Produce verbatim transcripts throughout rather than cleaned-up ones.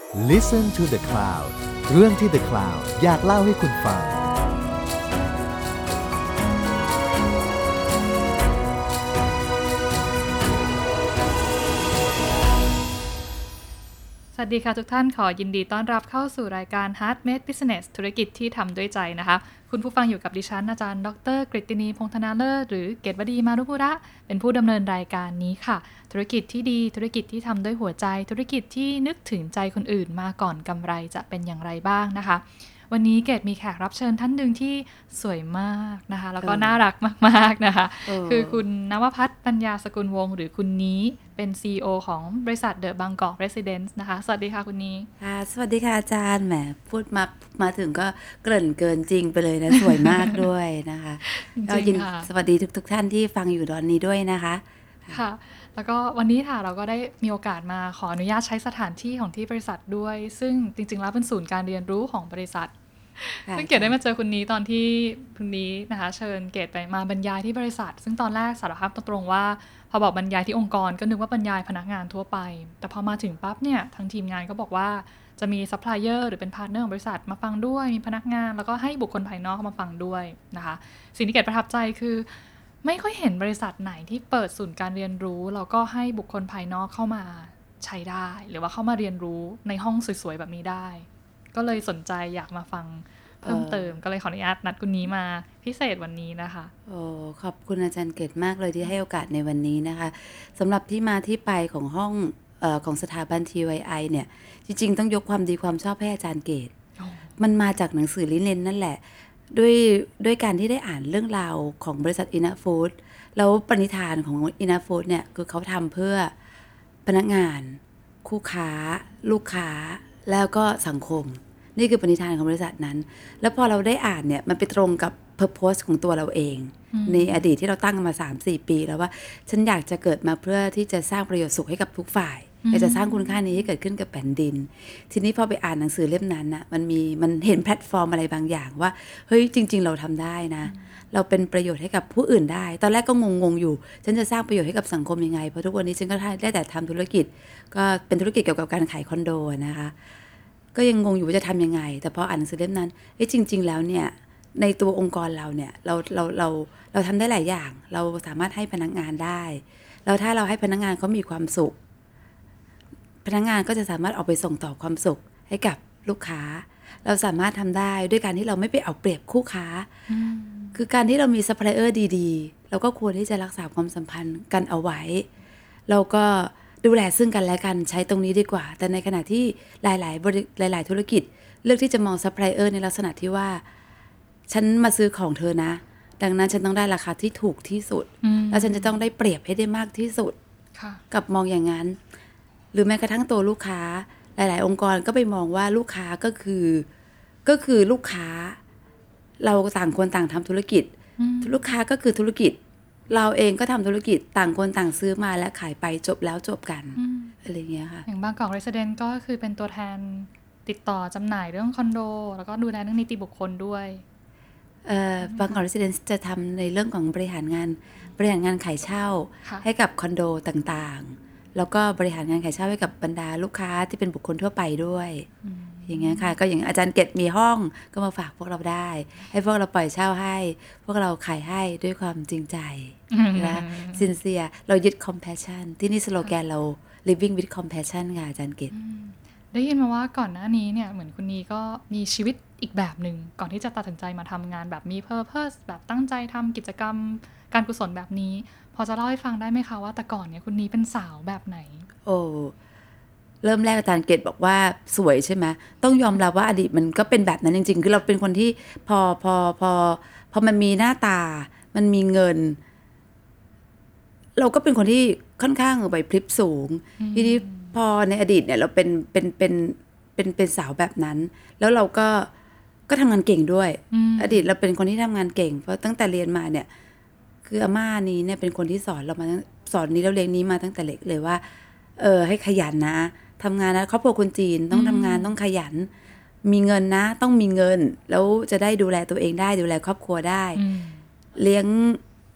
Listen to the Cloud เรื่องที่ The Cloud อยากเล่าให้คุณฟังสวัสดีค่ะทุกท่านขอยินดีต้อนรับเข้าสู่รายการ Heart Made Business ธุรกิจที่ทำด้วยใจนะคะคุณผู้ฟังอยู่กับดิฉันอาจารย์ดรกฤตินีพงษ์ธนาเลิศหรือเกตวดีมารุพุระเป็นผู้ดำเนินรายการนี้ค่ะธุรกิจที่ดีธุรกิจที่ทำด้วยหัวใจธุรกิจที่นึกถึงใจคนอื่นมาก่อนกำไรจะเป็นอย่างไรบ้างนะคะวันนี้เกดมีแขกรับเชิญท่านหนึ่งที่สวยมากนะคะแล้วก็น่ารักมากๆนะคะคือคุณนวภัทรปัญญาสกุลวงศ์หรือคุณนี้เป็น ซี อี โอ ของบริษัท The Bangkok Residence นะคะสวัสดีค่ะคุณนี้ค่ะสวัสดีค่ะอาจารย์แหมพูดมามาถึงก็เกริ่นเกินจริงไปเลยนะสวยมากด้วยนะคะก็ยินสวัสดีทุกทุกท่านที่ฟังอยู่ตอนนี้ด้วยนะคะค่ะแล้วก็วันนี้ค่ะเราก็ได้มีโอกาสมาขออนุญาตใช้สถานที่ของที่บริษัทด้วยซึ่งจริงๆแล้วเป็นศูนย์การเรียนรู้ของบริษัทซึ่งเกดได้มาเจอคุณนี้ตอนที่คุณนี้นะคะเชิญเกดไปมาบรรยายที่บริษัทซึ่งตอนแรกสารภาพตรงๆว่าพอบอกบรรยายที่องค์กรก็นึกว่าบรรยายพนักงานทั่วไปแต่พอมาถึงปั๊บเนี่ยทางทีมงานก็บอกว่าจะมีซัพพลายเออร์หรือเป็นพาร์ทเนอร์ของบริษัทมาฟังด้วยมีพนักงานแล้วก็ให้บุคคลภายนอกมาฟังด้วยนะคะสิ่งที่เกดประทับใจคือไม่ค่อยเห็นบริษัทไหนที่เปิดศูนย์การเรียนรู้แล้วก็ให้บุคคลภายนอกเข้ามาใช้ได้หรือว่าเข้ามาเรียนรู้ในห้องสวยๆแบบนี้ได้ก็เลยสนใจอยากมาฟังเพิ่มเติมก็เลยขออนุญาตนัดคุณนี้มาพิเศษวันนี้นะคะโอ้ขอบคุณอาจารย์เกตมากเลยที่ให้โอกาสในวันนี้นะคะสำหรับที่มาที่ไปของห้องเอ่อของสถาบัน ที วาย ไอ เนี่ยจริงๆต้องยกความดีความชอบให้อาจารย์เกตมันมาจากหนังสือลิเนนนั่นแหละด้วยด้วยการที่ได้อ่านเรื่องราวของบริษัท Enough Food แล้วปณิธานของ Enough Food เนี่ยคือเขาทำเพื่อพนักงานคู่ค้าลูกค้าแล้วก็สังคมนี่คือปณิธานของบริษัทนั้นแล้วพอเราได้อ่านเนี่ยมันไปตรงกับ purpose ของตัวเราเองในอดีตที่เราตั้งมา สามสี่ ปีแล้วว่าฉันอยากจะเกิดมาเพื่อที่จะสร้างประโยชน์สุขให้กับทุกฝ่ายอยากจะสร้างคุณค่านี้ให้เกิดขึ้นกับแผ่นดินทีนี้พอไปอ่านหนังสือเล่มนั้นน่ะมันมีมันเห็นแพลตฟอร์มอะไรบางอย่างว่าเฮ้ยจริงๆเราทำได้นะเราเป็นประโยชน์ให้กับผู้อื่นได้ตอนแรกก็งงๆอยู่ฉันจะสร้างประโยชน์ให้กับสังคมยังไงเพราะทุกวันนี้ฉันก็ได้แต่ทำธุรกิจก็เป็นธุรกิจเกี่ยวกับการขายคอนโดนะคะก็ยังงงอยู่ว่าจะทำยังไงแต่พออ่านหนังสือเล่มนั้นเอ้ยจริงๆแล้วเนี่ยในตัวองค์กรเราเนี่ยเราเราเราเราทำได้หลายอย่างเราสามารถให้พนักงานได้แล้วถ้าเราให้พนักงานเขามีความสุขพนักงานก็จะสามารถออกไปส่งต่อความสุขให้กับลูกค้าเราสามารถทำได้ด้วยการที่เราไม่ไปเอาเปรียบคู่ค้าคือการที่เรามีซัพพลายเออร์ดีๆเราก็ควรที่จะรักษาความสัมพันธ์กันเอาไว้เราก็ดูแลซึ่งกันและกันใช้ตรงนี้ดีกว่าแต่ในขณะที่หลายๆบริหลายๆธุรกิจเลือกที่จะมองซัพพลายเออร์ในลักษณะที่ว่าฉันมาซื้อของเธอนะดังนั้นฉันต้องได้ราคาที่ถูกที่สุดแล้วฉันจะต้องได้เปรียบให้ได้มากที่สุดกับมองอย่างนั้นหรือแม้กระทั่งตัวลูกค้าหลายๆองค์กรก็ไปมองว่าลูกค้าก็คือก็คือลูกค้าเราต่างคนต่างทำธุรกิจลูกค้าก็คือธุรกิจเราเองก็ทำธุรกิจต่างคนต่างซื้อมาและขายไปจบแล้วจบกันอะไรเงี้ยค่ะอย่าง Bangkok Residence ก็คือเป็นตัวแทนติดต่อจำหน่ายเรื่องคอนโดแล้วก็ดูแลเรื่องนิติบุคคลด้วยเอ่อ Bangkok Residence จะทำในเรื่องของบริหารงานบริหารงานขายเช่าให้กับคอนโดต่างๆแล้วก็บริหารงานขายเช่าให้กับบรรดาลูกค้าที่เป็นบุคคลทั่วไปด้วยอย่างเงี้ยค่ะก็อย่างอาจารย์เกตมีห้องก็มาฝากพวกเราได้ให้พวกเราปล่อยเช่าให้พวกเราขายให้ด้วยความจริงใจนะ sincere เรายึด compassion ที่นี่สโลแกนเรา living with compassion ค่ะอาจารย์เกตได้ยินมาว่าก่อนหน้านี้เนี่ยเหมือนคุณนีก็มีชีวิตอีกแบบหนึ่งก่อนที่จะตัดสินใจมาทำงานแบบมี purpose แบบตั้งใจทำกิจกรรมการกุศลแบบนี้พอจะเล่าให้ฟังได้ไหมคะว่าแต่ก่อนเนี่ยคุณนีเป็นสาวแบบไหนโอ้เริ่มแรกอาจารย์เกตบอกว่าสวยใช่ไหมต้องยอมรับว่าอดีตมันก็เป็นแบบนั้นจริงๆคือเราเป็นคนที่พอพอพอพอมันมีหน้าตามันมีเงินเราก็เป็นคนที่ค่อนข้างไหวพริบสูงทีนี้พอในอดีตเนี่ยเราเป็นเป็นเป็นเป็นเป็นสาวแบบนั้นแล้วเราก็ก็ทำงานเก่งด้วยอดีตเราเป็นคนที่ทำงานเก่งเพราะตั้งแต่เรียนมาเนี่ยคืออาม่านี้เนี่ยเป็นคนที่สอนเรามาสอนนี้เราเรียนนี้มาตั้งแต่เล็กเลยว่าเออให้ขยันนะทำงานนะครอบครัวคนจีนต้องทำงานต้องขยันมีเงินนะต้องมีเงินแล้วจะได้ดูแลตัวเองได้ดูแลครอบครัวได้เลี้ยงผ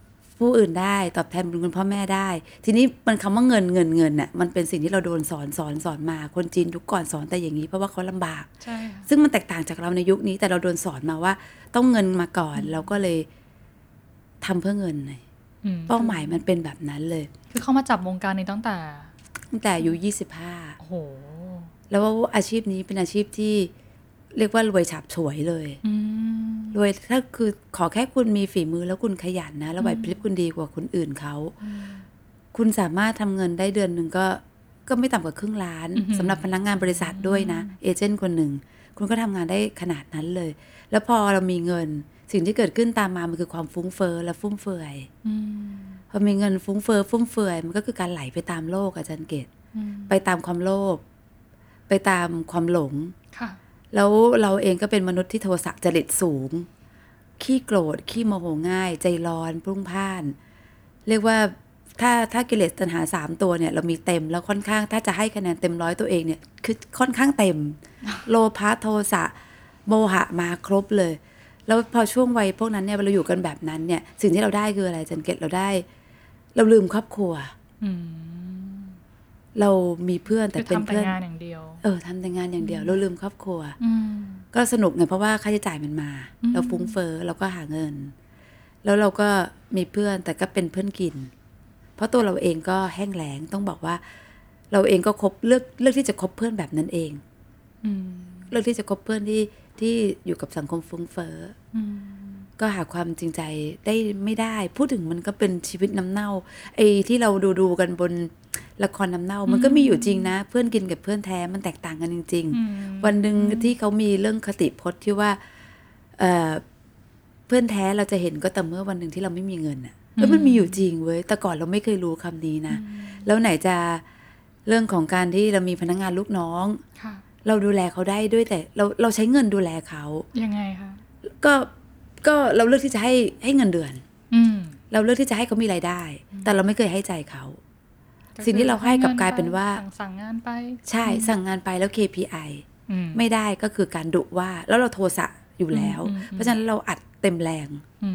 ผู้อื่นได้ตอบแทนบุญคุณพ่อแม่ได้ทีนี้มันคำว่าเงินเงินเงินน่ะมันเป็นสิ่งที่เราโดนสอนสอนสอนมาคนจีนยุคก่อนสอนแต่อย่างนี้เพราะว่าเขาลำบากใช่ซึ่งมันแตกต่างจากเราในยุคนี้แต่เราโดนสอนมาว่าต้องเงินมาก่อนเราก็เลยทำเพื่อเงินเลยเป้าหมายมันเป็นแบบนั้นเลยคือเขามาจับวงการนี้ตั้งแต่ตั้งแต่อายุยี่สิบห้าโอ้โหแล้วว่าอาชีพนี้เป็นอาชีพที่เรียกว่ารวยฉาบฉวยเลยรวยถ้าคือขอแค่คุณมีฝีมือแล้วคุณขยันนะแล้วไหวพริบคุณดีกว่าคนอื่นเขาคุณสามารถทำเงินได้เดือนหนึ่งก็ก็ไม่ต่ำกว่าครึ่งล้านสำหรับพนักงานบริษัทด้วยนะเอเจนต์คนหนึ่งคุณก็ทำงานได้ขนาดนั้นเลยแล้วพอเรามีเงินสิ่งที่เกิดขึ้นตามมามันคือความฟุ้งเฟ้อและฟุ่มเฟือยพอมีเงินฟุ้งเฟ้อฟุ่มเฟือยมันก็คือการไหลไปตามโลกอาจารย์เกตไปตามความโลภไปตามความหลงแล้วเราเองก็เป็นมนุษย์ที่โทสะจริตสูงขี้โกรธขี้โมโหง่ายใจร้อนพรุ่งพล่านเรียกว่าถ้าถ้ากิเลสตัณหาสามตัวเนี่ยเรามีเต็มแล้วค่อนข้างถ้าจะให้คะแนนเต็มร้อยตัวเองเนี่ยคือค่อนข้างเต็ม โลภะโทสะโมหะมาครบเลยแล้วพอช่วงวัยพวกนั้นเนี่ยเราอยู่กันแบบนั้นเนี่ยสิ่งที่เราได้คืออะไรจันเกตเราได้เราลืมครอบครัวเรามีเพื่อนแต่เป็นเพื่อนทำแต่งานอย่างเดียวเออทำแต่งานอย่างเดียวเราลืมครอบครัวก็สนุกไงเพราะว่าค่าใช้จ่ายมันมาเราฟุ้งเฟ้อเราก็หาเงินแล้วเราก็มีเพื่อนแต่ก็เป็นเพื่อนกินเพราะตัวเราเองก็แห้งแล้งต้องบอกว่าเราเองก็คบเลือกเลือกที่จะคบเพื่อนแบบนั้นเองเลือกที่จะคบเพื่อนที่ที่อยู่กับสังคมฟุ้งเฟ้อก็หาความจริงใจได้ไม่ได้พูดถึงมันก็เป็นชีวิตน้ำเน่าไอ้ที่เราดูดูกันบนละครน้ำเน่ามันก็มีอยู่จริงนะเพื่อนกินกับเพื่อนแท้มันแตกต่างกันจริงๆวันหนึ่งที่เขามีเรื่องคติพจน์ที่ว่าเอ่อเพื่อนแท้เราจะเห็นก็แต่เมื่อวันหนึ่งที่เราไม่มีเงินอ่ะแล้วมันมีอยู่จริงเว้ยแต่ก่อนเราไม่เคยรู้คำนี้นะแล้วไหนจะเรื่องของการที่เรามีพนักงานลูกน้องเราดูแลเขาได้ด้วยแต่เราเราใช้เงินดูแลเขายังไงคะก็ก็เราเลือกที่จะให้ให้เงินเดือนเราเลือกที่จะให้เขามีรายได้แต่เราไม่เคยให้ใจเขาสิ่งที่เราให้กับกลายเป็นว่าสั่งงานไปใช่สั่งงานไปแล้ว เค พี ไอ ไม่ได้ก็คือการดุว่าแล้วเราโทสะอยู่แล้วเพราะฉะนั้นเราอัดเต็มแรง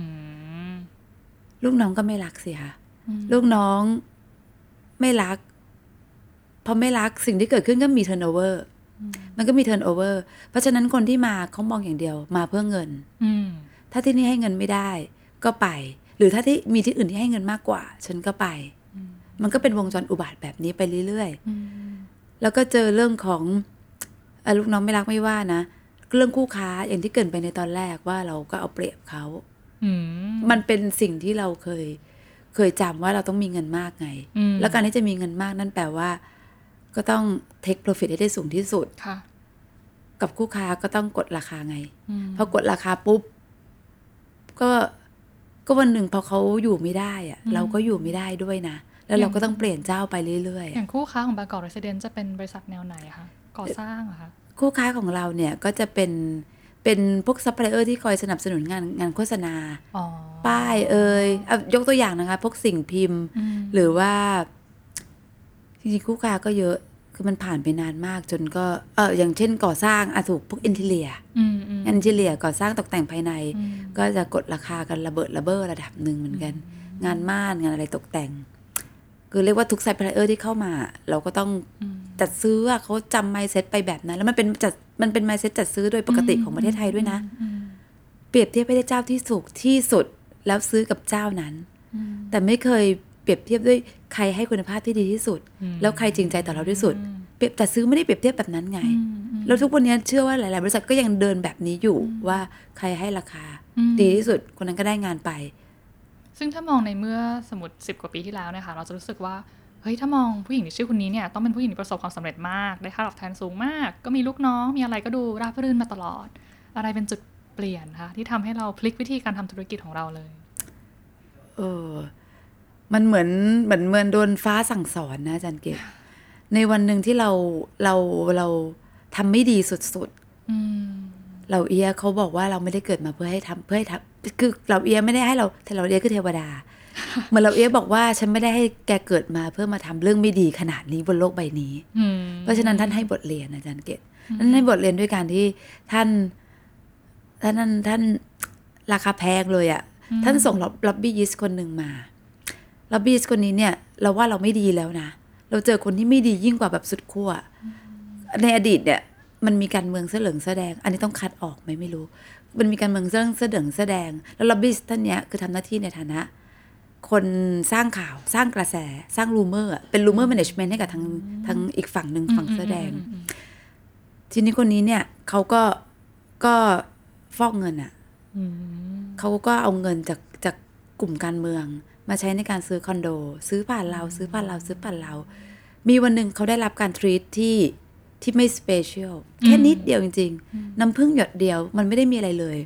ลูกน้องก็ไม่รักสิคะลูกน้องไม่รักพอไม่รักสิ่งที่เกิดขึ้นก็มี turnover มันก็มี turnover เพราะฉะนั้นคนที่มาเขามองอย่างเดียวมาเพื่อเงินถ้าที่นี่ให้เงินไม่ได้ก็ไปหรือถ้าที่มีที่อื่นที่ให้เงินมากกว่าฉันก็ไปมันก็เป็นวงจรอุบาทแบบนี้ไปเรื่อยๆแล้วก็เจอเรื่องของลูกน้องไม่รักไม่ว่านะเรื่องคู่ค้าอย่างที่เกิดไปในตอนแรกว่าเราก็เอาเปรียบเขามันเป็นสิ่งที่เราเคยเคยจำว่าเราต้องมีเงินมากไงแล้วการที่จะมีเงินมากนั่นแปลว่าก็ต้อง take profit ให้ได้สูงที่สุดกับคู่ค้าก็ต้องกดราคาไงพอกดราคาปุ๊บก็ก็วันหนึ่งพอเขาอยู่ไม่ได้อะเราก็อยู่ไม่ได้ด้วยนะแล้วเราก็ต้องเปลี่ยนเจ้าไปเรื่อยๆอย่างคู่ค้าของบางกอกเรสซิเดนซ์จะเป็นบริษัทแนวไหนคะก่อสร้างเหรอคะคู่ค้าของเราเนี่ยก็จะเป็นเป็นพวกซัพพลายเออร์ที่คอยสนับสนุนงานงานโฆษณาป้ายเอ่ยยกตัวอย่างนะคะพวกสิ่งพิมพ์หรือว่าจริงๆคู่ค้าก็เยอะคือมันผ่านไปนานมากจนก็เอออย่างเช่นก่อสร้างอาถูกพวกอินทีเลียอินทีเลียก่อสร้างตกแต่งภายในก็จะกดราคากันระเบิดระเบ้อระดับหนึ่งเหมือนกันงานม่านงานอะไรตกแต่งคือเรียกว่าทุกซัพพลายเออร์ที่เข้ามาเราก็ต้องจัดซื้อเขาจำไมซ์เซ็ตไปแบบนั้นแล้วมันเป็นจัดมันเป็นไมซ์เซ็ตจัดซื้อโดยปกติของประเทศไทยด้วยนะเปรียบเทียบให้ได้เจ้าที่สุดที่สุดแล้วซื้อกับเจ้านั้นแต่ไม่เคยเปรียบเทียบด้วยใครให้คุณภาพที่ดีที่สุดแล้วใครจริงใจต่อเราที่สุดเปรียบแต่ซื้อไม่ได้เปรียบเทียบแบบนั้นไงแล้วทุกวันนี้เชื่อว่าหลายๆบริษัทก็ยังเดินแบบนี้อยู่ว่าใครให้ราคาดีที่สุดคนนั้นก็ได้งานไปซึ่งถ้ามองในเมื่อสมมติสิบกว่าปีที่แล้วเนี่ยค่ะเราจะรู้สึกว่าเฮ้ยถ้ามองผู้หญิงที่ชื่อคนนี้เนี่ยต้องเป็นผู้หญิงที่ประสบความสำเร็จมากได้ค่าตอบแทนสูงมากก็มีลูกน้องมีอะไรก็ดูราบรื่นมาตลอดอะไรเป็นจุดเปลี่ยนคะที่ทำให้เราพลิกวิธีการทำธุรกิจของเราเลยเออมันเหมือนเหมือนเหมือนโดนฟ้าสั่งสอนนะอาจารย์เกศในวันหนึ่งที่เราเราเราทำไม่ดีสุดๆเราเอียเขาบอกว่าเราไม่ได้เกิดมาเพื่อให้ทำเพื่อให้ทำคือเราเอียไม่ได้ให้เราแต่เราเอียคือเทวดาเหมือนเราเอียบอกว่าฉันไม่ได้ให้แกเกิดมาเพื่อมาทำเรื่องไม่ดีขนาดนี้บนโลกใบนี้เพราะฉะนั้นท่านให้บทเรียนอาจารย์เกศท่านให้บทเรียนด้วยการที่ท่านท่านท่านท่านราคาแพงเลยอ่ะท่านส่งล็อบบี้ยิสคนหนึ่งมาล็อบบี้คนนี้เนี่ยเราว่าเราไม่ดีแล้วนะเราเจอคนที่ไม่ดียิ่งกว่าแบบสุดขั้วในอดีตเนี่ยมันมีการเมืองเสลิงแสดงอันนี้ต้องคัดออกไหมไม่รู้มันมีการเมืองเรื่องเสลิงแสดงแล้วล็อบบี้ท่านเนี้ยคือทำหน้าที่ในฐานะคนสร้างข่าวสร้างกระแสสร้างรูเมอร์เป็นรูเมอร์แมเนจเมนต์ให้กับทางทางอีกฝั่งหนึ่งฝั่งแสดงทีนี้คนนี้เนี่ยเขาก็ก็ฟอกเงินอ่ะเขาก็เอาเงินจากจากกลุ่มการเมืองมาใช้ในการซื้อคอนโดซื้อผ่านเราซื้อผ่านเราซื้อผ่านเรามีวันหนึ่งเขาได้รับการทรีตที่ที่ไม่สเปเชียลแค่นิดเดียวจริงๆน้ำผึ้งหยดเดียวมันไม่ได้มีอะไรเลย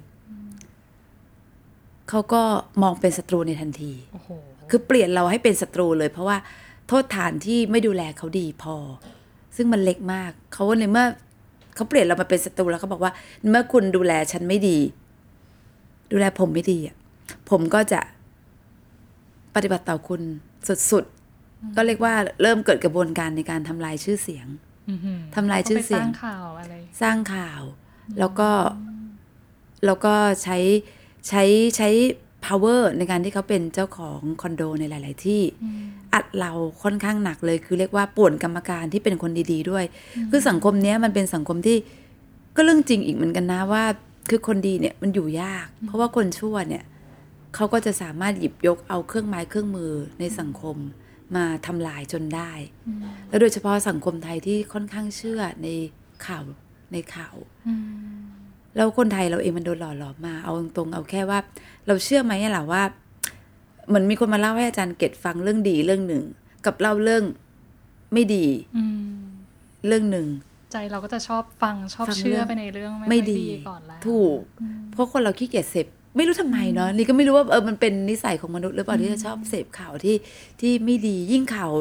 เขาก็มองเป็นศัตรูในทันทีคือเปลี่ยนเราให้เป็นศัตรูเลยเพราะว่าโทษฐานที่ไม่ดูแลเขาดีพอซึ่งมันเล็กมากเขาในเมื่อเขาเปลี่ยนเรามาเป็นศัตรูแล้วเขาบอกว่าเมื่อคุณดูแลฉันไม่ดีดูแลผมไม่ดีอ่ะผมก็จะปฏิบัติต่อคุณสุดๆก็เรียกว่าเริ่มเกิดกระบวนการในการทำลายชื่อเสียงทำลายชื่อเสียงสร้างข่าวอะไรสร้างข่าวแล้วก็แล้วก็ใช้ใช้ใช้ power ในการที่เขาเป็นเจ้าของคอนโดในหลายๆที่อัดเราค่อนข้างหนักเลยคือเรียกว่าป่วนกรรมการที่เป็นคนดีๆด้วยคือสังคมนี้มันเป็นสังคมที่ก็เรื่องจริงอีกเหมือนกันนะว่าคือคนดีเนี่ยมันอยู่ยากเพราะว่าคนชั่วเนี่ยเขาก็จะสามารถหยิบยกเอาเครื่องไม้เครื่องมือในสังคมมาทำลายจนได้แล้วโดยเฉพาะสังคมไทยที่ค่อนข้างเชื่อในข่าวในข่าวแล้วคนไทยเราเองมันโดนหล่อหลอมมาเอาตรงๆเอาแค่ว่าเราเชื่อไหมล่ะว่าเหมือนมีคนมาเล่าให้อาจารย์เกตฟังเรื่องดีเรื่องหนึ่งกับเล่าเรื่องไม่ดีเรื่องหนึ่งใจเราก็จะชอบฟังชอบเชื่อไปในเรื่องไม่ดีก่อนแล้วถูกเพราะคนเราขี้เกียจเสพไม่รู้ทำไมเนาะนี่ก็ไม่รู้ว่าเออมันเป็นนิสัยของมนุษย์หรือเปล่าที่จะชอบเสพข่าวที่ที่ไม่ดียิ่งข่าว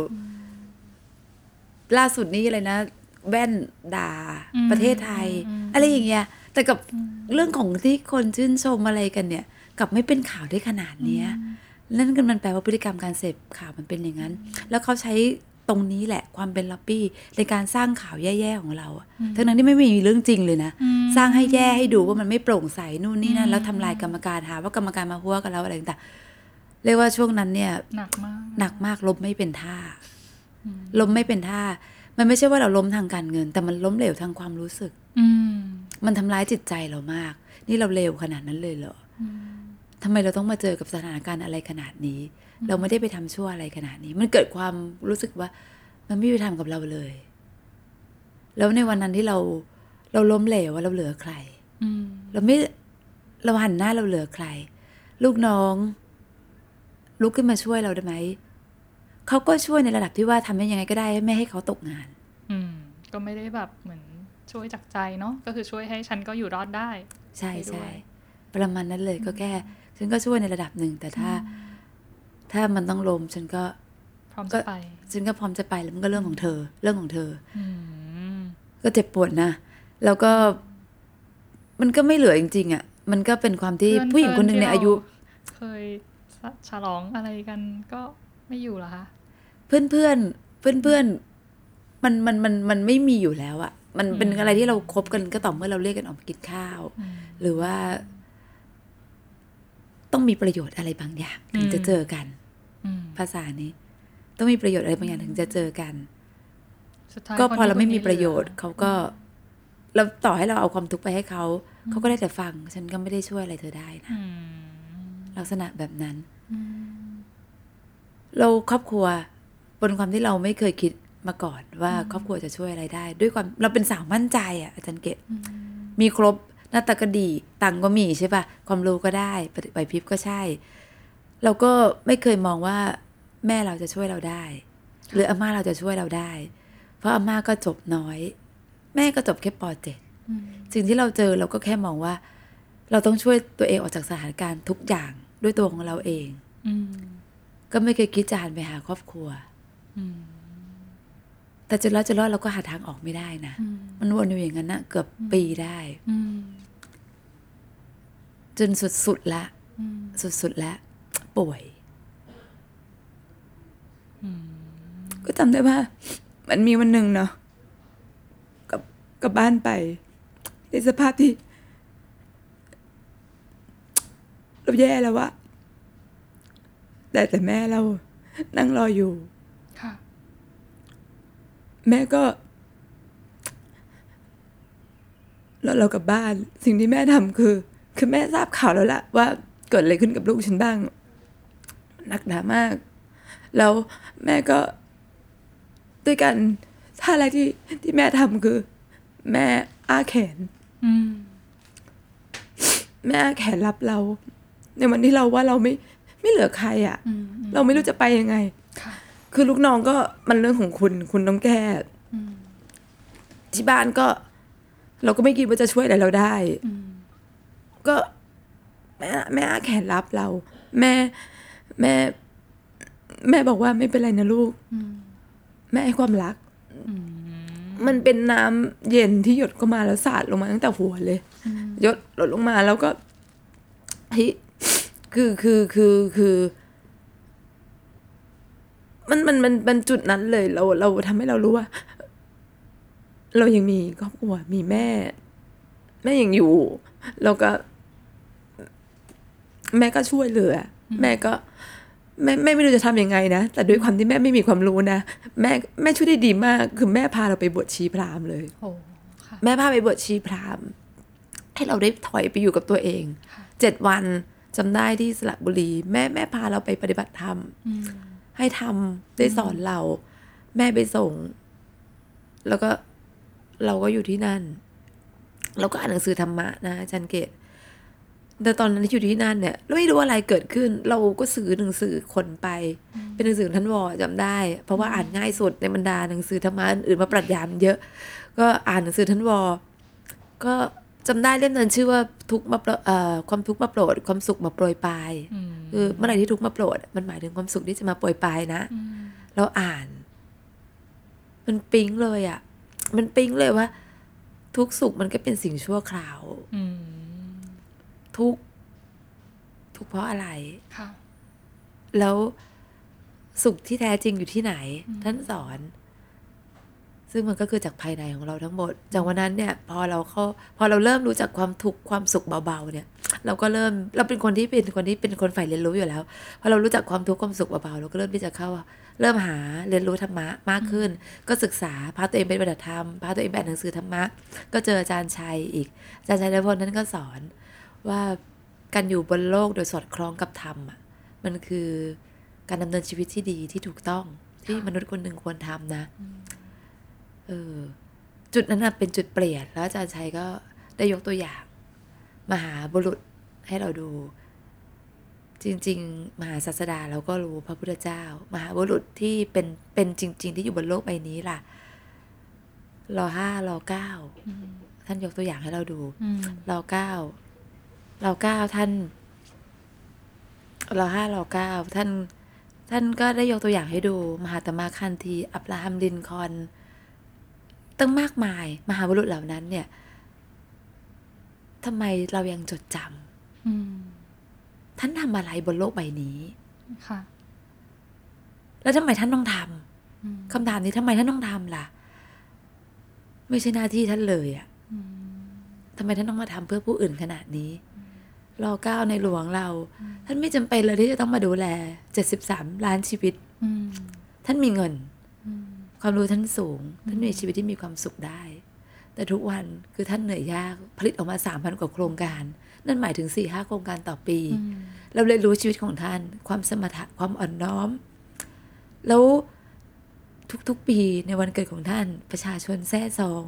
ล่าสุดนี้อะไรนะแว่นด่าประเทศไทยอะไรอย่างเงี้ยแต่กับเรื่องของที่คนชื่นชมอะไรกันเนี่ยกับไม่เป็นข่าวได้ขนาดเนี้ยนั่นก็มันแปลว่าพฤติกรรมการเสพข่าวมันเป็นอย่างนั้นแล้วเขาใช้ตรงนี้แหละความเป็นล็อบบี้ในการสร้างข่าวแย่ๆของเราทั้งนั้นที่ไม่มีเรื่องจริงเลยนะสร้างให้แย่ให้ดูว่ามันไม่โปร่งใสนู่นนี่นั่นแล้วทำลายกรรมการหาว่ากรรมการมาหัวกันแล้วอะไรต่างๆเรียกว่าช่วงนั้นเนี่ยหนักมากหนักมากล้มไม่เป็นท่าล้มไม่เป็นท่ามันไม่ใช่ว่าเราล้มทางการเงินแต่มันล้มเหลวทางความรู้สึกมันทำร้ายจิตใจเรามากนี่เราเลวขนาดนั้นเลยเหรอทำไมเราต้องมาเจอกับสถานการณ์อะไรขนาดนี้เราไม่ได้ไปทำชั่วอะไรขนาดนี้มันเกิดความรู้สึกว่ามันไม่ไปทำกับเราเลยแล้วในวันนั้นที่เราเราล้มเหลวว่าเราเหลือใครเราไม่เราหันหน้าเราเหลือใครลูกน้องลุกขึ้นมาช่วยเราได้ไหมเขาก็ช่วยในระดับที่ว่าทำได้ยังไงก็ได้ไม่ให้เขาตกงานอืมก็ไม่ได้แบบเหมือนช่วยจากใจเนาะก็คือช่วยให้ฉันก็อยู่รอดได้ใช่ใช่ประมาณนั้นเลยก็แค่ฉันก็ช่วยในระดับหนึ่งแต่ถ้าถ้ามันต้องล้มฉันก็พร้อมจะไปฉันก็พร้อมจะไปแล้วมันก็เรื่องของเธอเรื่องของเธอก็เจ็บปวดนะแล้วก็มันก็ไม่เหลือจริงๆอ่ะมันก็เป็นความที่ผู้หญิงคนหนึ่งในอายุเคยฉลองอะไรกันก็ไม่อยู่เหรอคะเพื่อนเพื่อนเพื่อนเพื่อนมันมันมันมันไม่มีอยู่แล้วอ่ะมันเป็นอะไรที่เราคบกันก็ต่อเมื่อเราเรียกกันออกไปกินข้าวหรือว่าต้องมีประโยชน์อะไรบางอย่างถึงจะเจอกันภาษานี้ต้องมีประโยชน์อะไรบางอย่างถึงจะเจอกันก็พอเราไม่มีประโยชน์เขาก็เราต่อให้เราเอาความทุกข์ไปให้เขาเขาก็ได้แต่ฟังฉันก็ไม่ได้ช่วยอะไรเธอได้นะลักษณะแบบนั้นเราครอบครัวบนความที่เราไม่เคยคิดมาก่อนว่าครอบครัวจะช่วยอะไรได้ด้วยความเราเป็นสาวมั่นใจอ่ะอาจารย์เกศมีครบหน้าตาก็ดีตังก็มีใช่ป่ะความรู้ก็ได้ไหวพริบก็ใช่เราก็ไม่เคยมองว่าแม่เราจะช่วยเราได้หรืออาม่าเราจะช่วยเราได้เพราะอาม่าก็จบน้อยแม่ก็จบแค่ป.เจ็ด สิ่งที่เราเจอเราก็แค่มองว่าเราต้องช่วยตัวเองออกจากสถานการณ์ทุกอย่างด้วยตัวของเราเองก็ไม่เคยคิดจะหันไปหาครอบครัวแต่จนแล้วจนรอดเราก็หาทางออกไม่ได้นะมันวนอยู่อย่างนั้นนะเกือบปีได้จนสุดๆละสุดๆละป่วยก็จำได้ว่ามันมีวันหนึ่งเนาะกับกับบ้านไปในสภาพที่เราแย่แล้วอะแต่แต่แม่เรานั่งรออยู่ค่ะแม่ก็แล้วเรากลับบ้านสิ่งที่แม่ทำคือคือแม่ทราบข่าวแล้วล่ะว่าเกิดอะไรขึ้นกับลูกฉันบ้างหนักหนามากแล้วแม่ก็ด้วยกันท่าแรกที่ที่แม่ทำคือแม่อ้าแขนแม่อ้าแขนรับเราในวันที่เราว่าเราไม่ไม่เหลือใครอ่ะเราไม่รู้จะไปยังไงคือลูกน้องก็มันเรื่องของคุณคุณต้องแก้ที่บ้านก็เราก็ไม่คิดว่าจะช่วยอะไรเราได้ก็แม่แม่อ้าแขนรับเราแม่แม่แม่บอกว่าไม่เป็นไรนะลูกแม่ให้ความรักมันเป็นน้ำเย็นที่หยดเข้ามาแล้วสาดลงมาตั้งแต่หัวเลยหยดหลดลงมาแล้วก็เฮ้ยคือคือคือคือมันมันมันมันจุดนั้นเลยเราเราทำให้เรารู้ว่าเรายังมีครอบครัวมีแม่แม่ยังอยู่แล้วก็แม่ก็ช่วยเหลือแม่ก็แม่แม่ไม่รู้จะทำยังไงนะแต่ด้วยความที่แม่ไม่มีความรู้นะแม่แม่ช่วยได้ดีมากคือแม่พาเราไปบวชชีพราหมณ์เลยแม่พาไปบวชชีพราหมณ์ให้เราได้ถอยไปอยู่กับตัวเองเจ็ดวันจำได้ที่สระบุรีแม่แม่พาเราไปปฏิบัติธรรมให้ทำได้สอนเราแม่ไปส่งแล้วก็เราก็อยู่ที่นั่นเราก็อ่านหนังสือธรรมะนะอาจารย์เกศแต่ตอนนั้นที่อยู่ที่นั่นเนี่ยเราไม่รู้อะไรเกิดขึ้นเราก็ซื้อหนังสือคนไปเป็นหนังสือท่านวอจำได้เพราะว่าอ่านง่ายสุดในบรรดาหนังสือธรรมะอื่นมาปรัชญาเยอะก็อ่านหนังสือท่านวอก็จำได้เล่มนั้นชื่อว่าทุกมาเอ่อความทุกข์มาโปรดความสุขมาโปรยปลายคือเมื่อไหร่ที่ทุกข์มาโปรดมันหมายถึงความสุขที่จะมาโปรยปลายนะเราอ่านมันปิ๊งเลยอ่ะมันปิ๊งเลยว่าทุกสุขมันก็เป็นสิ่งชั่วคราวทุกทุกเพราะอะไรแล้วสุขที่แท้จริงอยู่ที่ไหนท่านสอนซึ่งมันก็คือจากภายในของเราทั้งหมดจากวันนั้นเนี่ยพอเราเข้าพอเราเริ่มรู้จักความทุกข์ความสุขเบาๆเนี่ยเราก็เริ่มเราเป็นคนที่เป็นคนที่เป็นคนใฝ่เรียนรู้อยู่แล้วพอเรารู้จักความทุกข์ความสุขเบาๆเราก็เริ่มที่จะเข้าเริ่มหาเรียนรู้ธรรมะมากขึ้นก็ศึกษาพาตัวเองไปปฏิบัติธรรมพาตัวเองไปอ่านหนังสือธรรมะก็เจออาจารย์ชัยอีกอาจารย์ชัยนพลนั้นก็สอนว่าการอยู่บนโลกโดยสอดคล้องกับธรรมอ่ะมันคือการดำเนินชีวิตที่ดีที่ถูกต้องที่มนุษย์คนหนึ่งควรทำนะเออจุดนั้นเป็นจุดเปลี่ยนแล้วอาจารย์ชัยก็ได้ยกตัวอย่างมหาบุรุษให้เราดูจริงๆมหาศาสดาเราก็รู้พระพุทธเจ้ามหาบุรุษที่เป็นเป็นจริงๆที่อยู่บนโลกใบนี้ล่ะรอห้ารอเก้าท่านยกตัวอย่างให้เราดูรอเก้ารอเก้าท่านรอห้ารอเก้าท่านท่านก็ได้ยกตัวอย่างให้ดูมหาตมะคันธีอับราฮัมลินคอล์นตั้งมากมายมหาบุรุษเหล่านั้นเนี่ยทำไมเรายังจดจำท่านทำอะไรบนโลกใบนี้ค่ะแล้วทำไมท่านต้องทำคำถามนี้ทำไมท่านต้องทำล่ะไม่ใช่หน้าที่ท่านเลยอ่ะทำไมท่านต้องมาทำเพื่อผู้อื่นขนาดนี้รอเก้าในหลวงเราท่านไม่จำเป็นเลยที่จะต้องมาดูแลเจ็ดสิบสามล้านชีวิตท่านมีเงินความรู้ท่านสูงท่านมีชีวิตที่มีความสุขได้แต่ทุกวันคือท่านเหนื่อยยากผลิตออกมา สามพัน กว่าโครงการนั่นหมายถึง สี่ห้า โครงการต่อปีเราเรียนรู้ชีวิตของท่านความสมถะความอ่อนน้อมแล้วทุกๆปีในวันเกิดของท่านประชาชนแซ่ซอง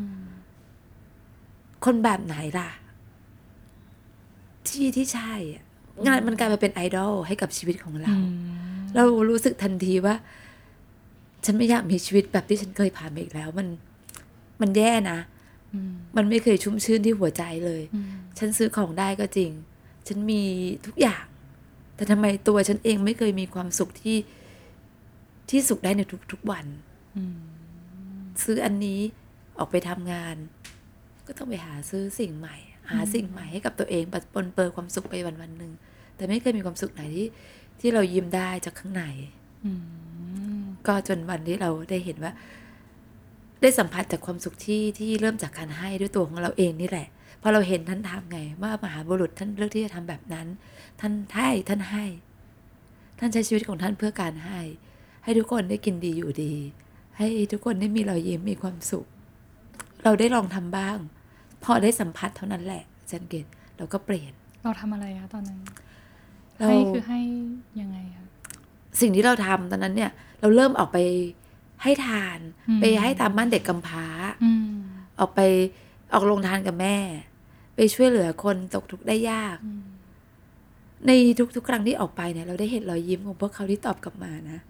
คนแบบไหนล่ะที่ที่ใช่งานมันกลายมาเป็นไอดอลให้กับชีวิตของเราเรารู้สึกทันทีว่าฉันไม่อยากมีชีวิตแบบที่ฉันเคยผ่านมาอีกแล้วมันมันแย่นะมันไม่เคยชุ่มชื่นที่หัวใจเลยฉันซื้อของได้ก็จริงฉันมีทุกอย่างแต่ทำไมตัวฉันเองไม่เคยมีความสุขที่ที่สุขได้ในทุกๆวันซื้ออันนี้ออกไปทำงานก็ต้องไปหาซื้อสิ่งใหม่หาสิ่งใหม่ให้กับตัวเองปนเปื้อนความสุขไปวันวันหนึ่งแต่ไม่เคยมีความสุขไหนที่ที่เรายิ้มได้จากข้างในก็จนวันที่เราได้เห็นว่าได้สัมผัสจากความสุขที่ที่เริ่มจากการให้ด้วยตัวของเราเองนี่แหละพอเราเห็นท่านทำไงว่ามหาบุรุษท่านเลือกที่จะทำแบบนั้นท่านให้ท่านให้ท่านใช้ชีวิตของท่านเพื่อการให้ให้ทุกคนได้กินดีอยู่ดีให้ทุกคนได้มีรอยยิ้มมีความสุขเราได้ลองทำบ้างพอได้สัมผัสเท่านั้นแหละอาจารย์เกตเราก็เปลี่ยนเราทำอะไรคะตอนนั้นให้คือให้ยังไงคะสิ่งที่เราทำตอนนั้นเนี่ยเราเริ่มออกไปให้ทานไปให้ตามบ้านเด็กกำพร้าออกไปออกลงทานกับแม่ไปช่วยเหลือคนตกทุกข์ได้ยากในทุกๆครั้งที่ออกไปเนี่ยเราได้เห็นรอยยิ้มของพวกเขาที่ตอบกลับมานะ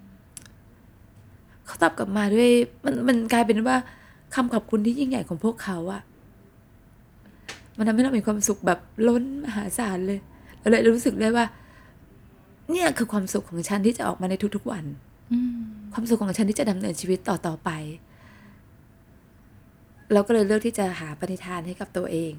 เขาตอบกลับมาด้วยมันมันกลายเป็นว่าคำขอบคุณที่ยิ่งใหญ่ของพวกเขาอะมันทำให้เรามีความสุขแบบล้นมหาศาลเลยเราเลยรู้สึกได้ว่าเนี่ยคือความสุขของฉันที่จะออกมาในทุกๆวันความสุขของฉันที่จะดำเนินชีวิตต่อๆไปเราก็เลยเลือกที่จะหาปณิธานให้กับตัวเอง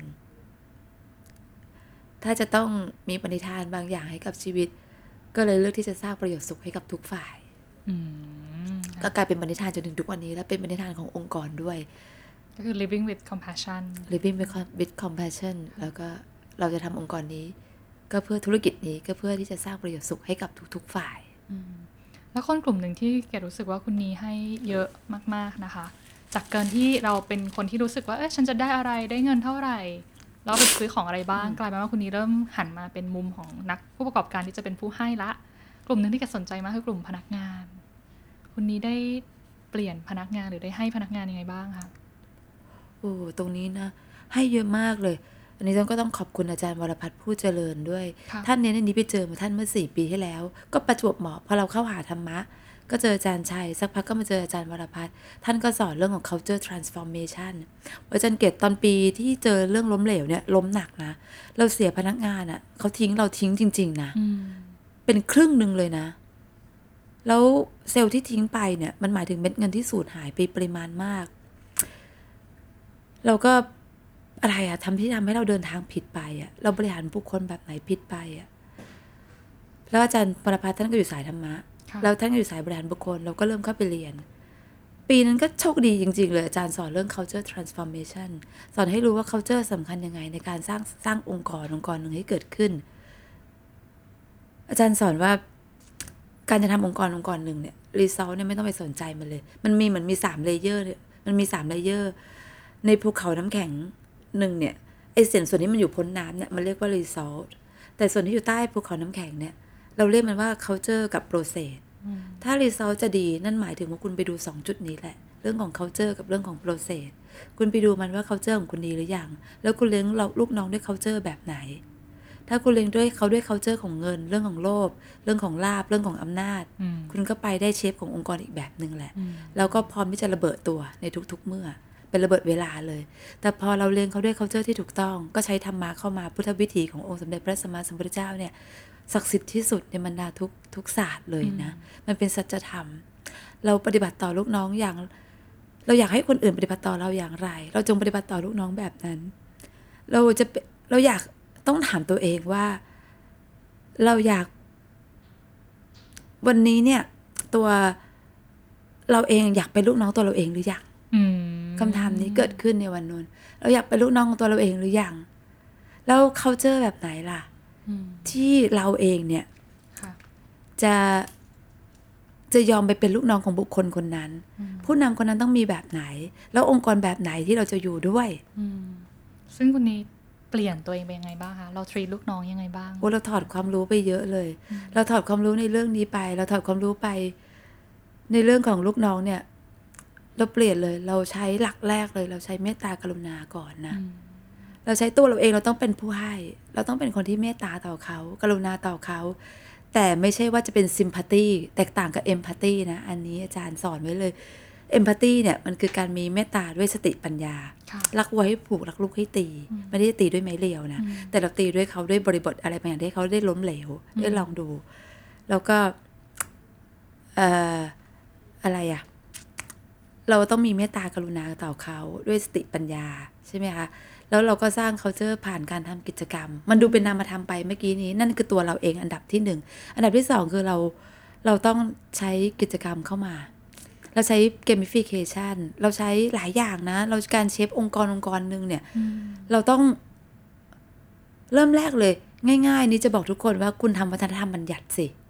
ถ้าจะต้องมีปณิธานบางอย่างให้กับชีวิตก็เลยเลือกที่จะสร้างประโยชน์สุขให้กับทุกฝ่ายก็กลายเป็นปณิธานจนถึงทุกวันนี้และเป็นปณิธานขององค์กรด้วยก็คือ living with compassion living with compassion แล้วก็เราจะทำองค์กรนี้ก็เพื่อธุรกิจนี้ก็เพื่อที่จะสร้างประโยชน์สุขให้กับทุกๆฝ่ายแล้วคนกลุ่มหนึ่งที่แกรู้สึกว่าคุณนี้ให้เยอะมากๆนะคะจากเกินที่เราเป็นคนที่รู้สึกว่าเอ๊ะฉันจะได้อะไรได้เงินเท่าไหร่แล้วไปซื้อของอะไรบ้างกลายเป็นว่าคุณนี้เริ่มหันมาเป็นมุมของนักผู้ประกอบการที่จะเป็นผู้ให้ละกลุ่มหนึ่งที่แกสนใจมากคือกลุ่มพนักงานคุณนี้ได้เปลี่ยนพนักงานหรือได้ให้พนักงานยังไงบ้างคะโอ้ตรงนี้นะให้เยอะมากเลยอันนี้ต้องก็ต้องขอบคุณอาจารย์วรพัฒน์ผู้เจริญด้วยท่านเนี้ยในนี้ไปเจอมาท่านเมื่อสี่ปีที่แล้วก็ประจวบเหมาะพอเราเข้าหาธรรมะก็เจออาจารย์ชัยสักพักก็มาเจออาจารย์วรพัฒน์ท่านก็สอนเรื่องของ culture transformation อาจารย์เกตตอนปีที่เจอเรื่องล้มเหลวเนี่ยล้มหนักนะเราเสียพนักงานอ่ะเขาทิ้งเราทิ้งจริงๆนะเป็นครึ่งนึงเลยนะแล้วเซลล์ที่ทิ้งไปเนี่ยมันหมายถึงเม็ดเงินที่สูญหายไปปริมาณมากเราก็อะไรอะทำที่ทำให้เราเดินทางผิดไปอะเราบริหารบุคคลแบบไหนผิดไปอะแล้วอาจารย์ปรภัทรท่านก็อยู่สายธรรมะแล้วท่านก็อยู่สายบริหารบุคคลเราก็เริ่มเข้าไปเรียนปีนั้นก็โชคดีจริงๆเลยอาจารย์สอนเรื่อง culture transformation สอนให้รู้ว่า culture สำคัญยังไงในการสร้างสร้างองค์กรองค์กรหนึ่งให้เกิดขึ้นอาจารย์สอนว่าการจะทำองค์กรองค์กรหนึ่งเนี่ย result เนี่ยไม่ต้องไปสนใจมันเลยมันมีเหมือนมีสามเลเยอร์เนี่ยมันมีสามเลเยอร์ในภูเขาน้ำแข็งหนึ่งเนี่ยไอเส้นส่วนที่มันอยู่พ้นน้ำเนี่ยมันเรียกว่า result แต่ส่วนที่อยู่ใต้ภูเขาน้ำแข็งเนี่ยเราเรียกมันว่า culture กับ process ถ้า result จะดีนั่นหมายถึงว่าคุณไปดูสองจุดนี้แหละเรื่องของ culture กับเรื่องของ process คุณไปดูมันว่า culture ของคุณดีหรือยังแล้วคุณเลี้ยงลูกน้องด้วย culture แบบไหนถ้าคุณเลี้ยงด้วยเขาด้วย culture ของเงินเรื่องของโลภเรื่องของลาภเรื่องของอำนาจคุณก็ไปได้เชฟขององค์กรอีกแบบนึงแหละแล้วก็พร้อมที่จะระเบิดตัวในทุกๆเมื่อเป็นระเบิดเวลาเลยแต่พอเราเลี้ยงเขาด้วย culture ที่ถูกต้องก็ใช้ธรรมะเข้ามาพุทธวิถีขององค์สมเด็จพระสัมมาสัมพุทธเจ้าเนี่ยศักดิ์สิทธิ์ที่สุดในบรรดาทุกทุกศาสตร์เลยนะมันเป็นสัจธรรมเราปฏิบัติต่อลูกน้องอย่างเราอยากให้คนอื่นปฏิบัติต่อเราอย่างไรเราจงปฏิบัติต่อลูกน้องแบบนั้นเราจะเราอยากต้องถามตัวเองว่าเราอยากวันนี้เนี่ยตัวเราเองอยากเป็นลูกน้องตัวเราเองหรือยังคำถามนี้เกิดขึ้นในวันนู้นเราอยากเป็นลูกน้องของตัวเราเองหรือยังแล้วเขาเจอแบบไหนล่ะที่เราเองเนี่ยจะจะยอมไปเป็นลูกน้องของบุคคลคนนั้นผู้นำคนนั้นต้องมีแบบไหนแล้วองค์กรแบบไหนที่เราจะอยู่ด้วยซึ่งคนนี้เปลี่ยนตัวเองเป็นยังไงบ้างคะเรา treat ลูกน้องยังไงบ้างโอ้เราถอดความรู้ไปเยอะเลยเราถอดความรู้ในเรื่องนี้ไปเราถอดความรู้ไปในเรื่องของลูกน้องเนี่ยเราเปลี่ยนเลยเราใช้หลักแรกเลยเราใช้เมตตากรุณาก่อนนะเราใช้ตัวเราเองเราต้องเป็นผู้ให้เราต้องเป็นคนที่เมตตาต่อเขากรุณาต่อเขาแต่ไม่ใช่ว่าจะเป็น sympathy แตกต่างกับ empathy นะอันนี้อาจารย์สอนไว้เลย empathy เนี่ยมันคือการมีเมตตาด้วยสติปัญญารักวัวให้ผูกรักลูกให้ตีไม่ได้ตีด้วยไม้เรียวนะแต่เราตีด้วยเขาด้วยบริบทอะไรบางอย่างที่เขาได้ล้มเหลวได้ลองดูแล้วก็เอ่ออะไรอะเราต้องมีเมตตากรุณาต่อเขาด้วยสติปัญญาใช่ไหมคะแล้วเราก็สร้าง culture ผ่านการทำกิจกรรมมันดูเป็นนามธรรมไปเมื่อกี้นี้นั่นคือตัวเราเองอันดับที่หนึ่งอันดับที่สองคือเราเราต้องใช้กิจกรรมเข้ามาเราใช้ gamification เราใช้หลายอย่างนะเราการเชฟองค์กรองค์กรนึงเนี่ยเราต้องเริ่มแรกเลยง่ายๆนี้จะบอกทุกคนว่าคุณทำวัฒนธรรมบัญญัติสิ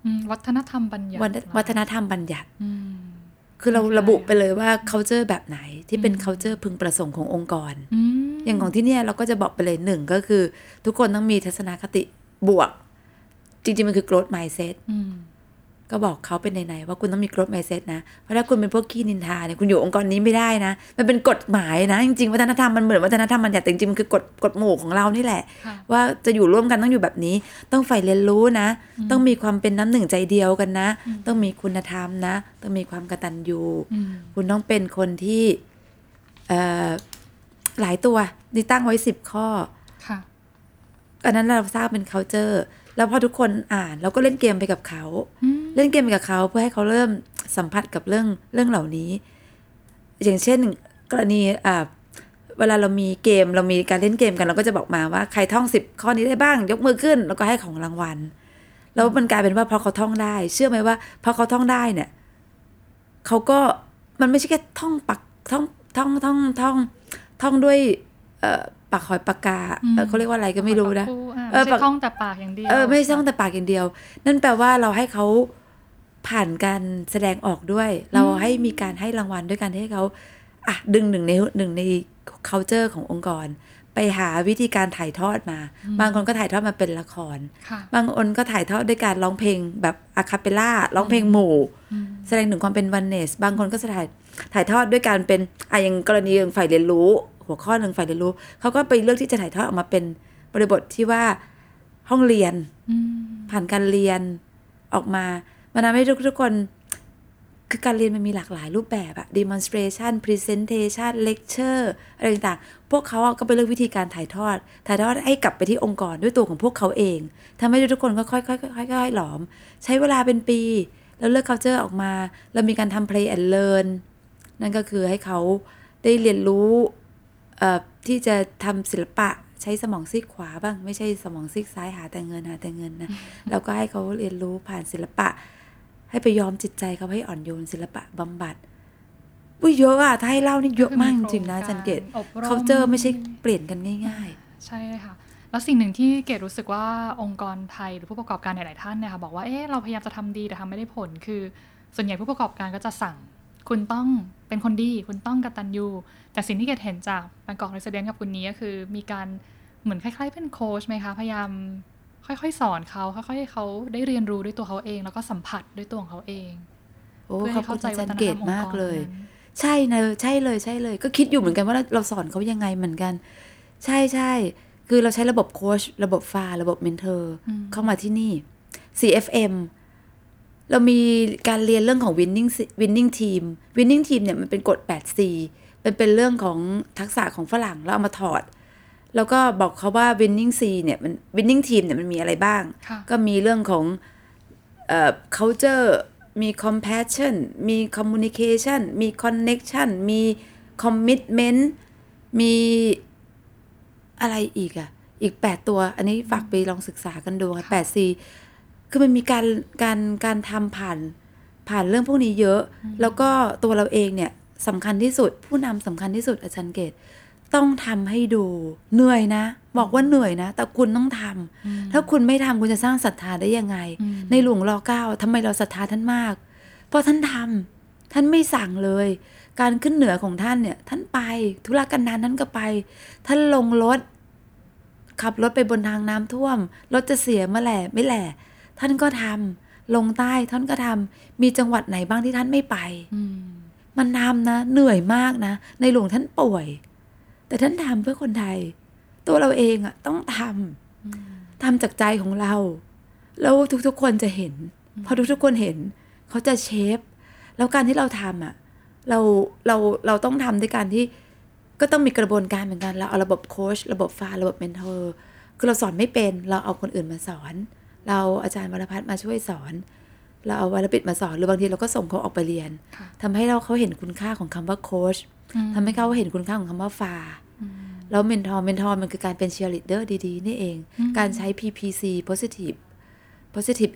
วัฒนธรรมบัญญัติวัฒนธรรมบัญญัติคือเราระบุไปเลยว่า culture แบบไหนที่เป็น culture พึงประสงค์ขององค์กรอย่างของที่เนี่ยเราก็จะบอกไปเลยหนึ่งก็คือทุกคนต้องมีทัศนคติบวกจริงๆมันคือ growth mindset ก็บอกเขาเป็นไหนๆว่าคุณต้องมี growth mindset นะเพราะถ้าคุณเป็นพวกขี้นินทาเนี่ยคุณอยู่องค์กรนี้ไม่ได้นะมันเป็นกฎหมายนะจริงๆวัฒนธรรมมันเหมือนวัฒนธรรมบัญญัติจริงๆมันคือกฎกฎหมู่ของเรานี่แหละว่าจะอยู่ร่วมกันต้องอยู่แบบนี้ต้องใฝ่เรียนรู้นะต้องมีความเป็นน้ำหนึ่งใจเดียวกันนะต้องมีคุณธรรมนะต้องมีความกตัญญูคุณต้องเป็นคนที่เอ่อหลายตัวนี่ตั้งไว้สิบข้อค่ะอันนั้นเราทราบเป็น cultureแล้วพอทุกคนอ่านเราก็เล่นเกมไปกับเขาเล่นเกมไปกับเขาเพื่อให้เขาเริ่มสัมผัสกับเรื่องเรื่องเหล่านี้อย่างเช่นกรณีอ่าเวลาเรามีเกมเรามีการเล่นเกมกันเราก็จะบอกมาว่าใครท่องสิบข้อนี้ได้บ้างยกมือขึ้นแล้วก็ให้ของรางวัลแล้วมันกลายเป็นว่าพอเขาท่องได้เชื่อไหมว่าพอเขาท่องได้เนี่ยเขาก็มันไม่ใช่แค่ท่องปักท่องท่องท่องท่องท่องด้วยเอ่อปากหอยปากกาเขาเรียกว่าอะไรก็ไม่รู้นะไม่ใช่ท่องแต่ปากอย่างเดียวเออไม่ใช่ท่องแต่ปากอย่างเดียวนั่นแปลว่าเราให้เขาผ่านการแสดงออกด้วยเราให้มีการให้รางวัลด้วยการให้เขาอ่ะดึงหนึ่งในหนึ่งใน culture ขององค์กรไปหาวิธีการถ่ายทอดมาบางคนก็ถ่ายทอดมาเป็นละครบางคนก็ถ่ายทอดด้วยการร้องเพลงแบบอะคาเปลล่าร้องเพลงหมู่แสดงถึงความเป็นวันเนสบางคนก็ถ่ายถ่ายทอดด้วยการเป็นอ่ะอย่างกรณีฝ่ายเรียนรู้หัวข้อหนึ่งฝ่ายเรียนรู้เขาก็ไปเลือกที่จะถ่ายทอดออกมาเป็นบริบทที่ว่าห้องเรียนผ่านการเรียนออกมามันทำให้ทุกทุกคนคือการเรียนมันมีหลากหลายรูปแบบอะ demonstration presentation lecture อะไรต่างๆพวกเขาก็ไปเลือกวิธีการถ่ายทอดถ่ายทอดให้กลับไปที่องค์กรด้วยตัวของพวกเขาเองทำให้ทุกคนก็ค่อยๆค่อยๆค่อยๆหลอมใช้เวลาเป็นปีแล้วเลือก culture ออกมาแล้วมีการทำ play and learn นั่นก็คือให้เขาได้เรียนรู้ที่จะทำศิลปะใช้สมองซีกขวาบ้างไม่ใช่สมองซีกซ้ายหาแต่เงินหาแต่เงินนะแล้วก็ให้เขาเรียนรู้ผ่านศิลปะให้ไปยอมจิตใจเขาให้อ่อนโยนศิลปะบำบัดอุ้ยเยอะอะถ้าให้เล่านี่เยอะมากจริงๆนะจันเกตเขาเจอไม่ใช่เปลี่ยนกันง่ายๆใช่ค่ะแล้วสิ่งหนึ่งที่เกตรู้สึกว่าองค์กรไทยหรือผู้ประกอบการหลายๆท่านเนี่ยค่ะบอกว่าเอ๊ะเราพยายามจะทำดีแต่ทำไม่ได้ผลคือส่วนใหญ่ผู้ประกอบการก็จะสั่งคุณต้องเป็นคนดีคุณต้องกตัญญูแต่สิ่งที่เกดเห็นจากบางกอกเรสซิเดนต์กับคุณนี้ก็คือมีการเหมือนคล้ายๆเป็นโค้ชไหมคะพยายามค่อยๆสอนเขาค่อยๆให้เขาได้เรียนรู้ด้วยตัวเขาเองแล้วก็สัมผัสด้วยตัวของเขาเองโอ้เขาเข้าใจวัฒนธรรมมากเลยใช่นะใช่เลยใช่เลยก็คิดอยู่เหมือนกันว่าเราสอนเขายังไงเหมือนกันใช่ใช่คือเราใช้ระบบโค้ชระบบฟาระบบเมนเทอร์เข้ามาที่นี่ ซี เอฟ เอ็มเรามีการเรียนเรื่องของ winning winning team winning team เนี่ยมันเป็นกฎ แปด ซี เป็นเป็นเรื่องของทักษะของฝรั่งแล้วเอามาถอดแล้วก็บอกเขาว่า winning C เนี่ยมัน winning team เนี่ยมันมีอะไรบ้างก็มีเรื่องของเอ่อ culture มี compassion มี communication มี connection มี commitment มีอะไรอีกอ่ะอีกแปดตัวอันนี้ฝากไปลองศึกษากันดูค่ะ แปด ซี คือมันมีการการการทำผ่านผ่านเรื่องพวกนี้เยอะแล้วก็ตัวเราเองเนี่ยสำคัญที่สุดผู้นำสำคัญที่สุดอาจารย์เกตต้องทำให้ดูเหนื่อยนะบอกว่าเหนื่อยนะแต่คุณต้องทำถ้าคุณไม่ทำคุณจะสร้างศรัทธาได้ยังไงในหลวงรอเก้าทำไมเราศรัทธาท่านมากเพราะท่านทำท่านไม่สั่งเลยการขึ้นเหนือของท่านเนี่ยท่านไปธุระกันดารท่านก็ไปท่านลงรถขับรถไปบนทางน้ำท่วมรถจะเสียเมื่อแหล่ไม่แหล่ท่านก็ทำลงใต้ท่านก็ทำมีจังหวัดไหนบ้างที่ท่านไม่ไปมันทำนะเหนื่อยมากนะในหลวงท่านป่วยแต่ท่านทำเพื่อคนไทยตัวเราเองอ่ะต้องทำทำจากใจของเราแล้วทุกๆคนจะเห็นพอทุกๆคนเห็นเขาจะเชฟแล้วการที่เราทำอ่ะเราเราเราต้องทำด้วยการที่ก็ต้องมีกระบวนการเหมือนกันเราเอาระบบโค้ชระบบฟาระบบเมนเทอร์คือเราสอนไม่เป็นเราเอาคนอื่นมาสอนเราอาจารย์วรพัฒน์มาช่วยสอนเราเอาวรปิดมาสอนหรือบางทีเราก็ส่งเขาออกไปเรียนทำให้เราเขาเห็นคุณค่าของคำว่าโค้ชทำให้เขาเห็นคุณค่าของคำว่าฟาแล้วเมนทอร์เมนทอร์มันคือการเป็นเชียร์ลีดเดอร์ดีๆนี่เองการใช้ พี พี ซี positive positive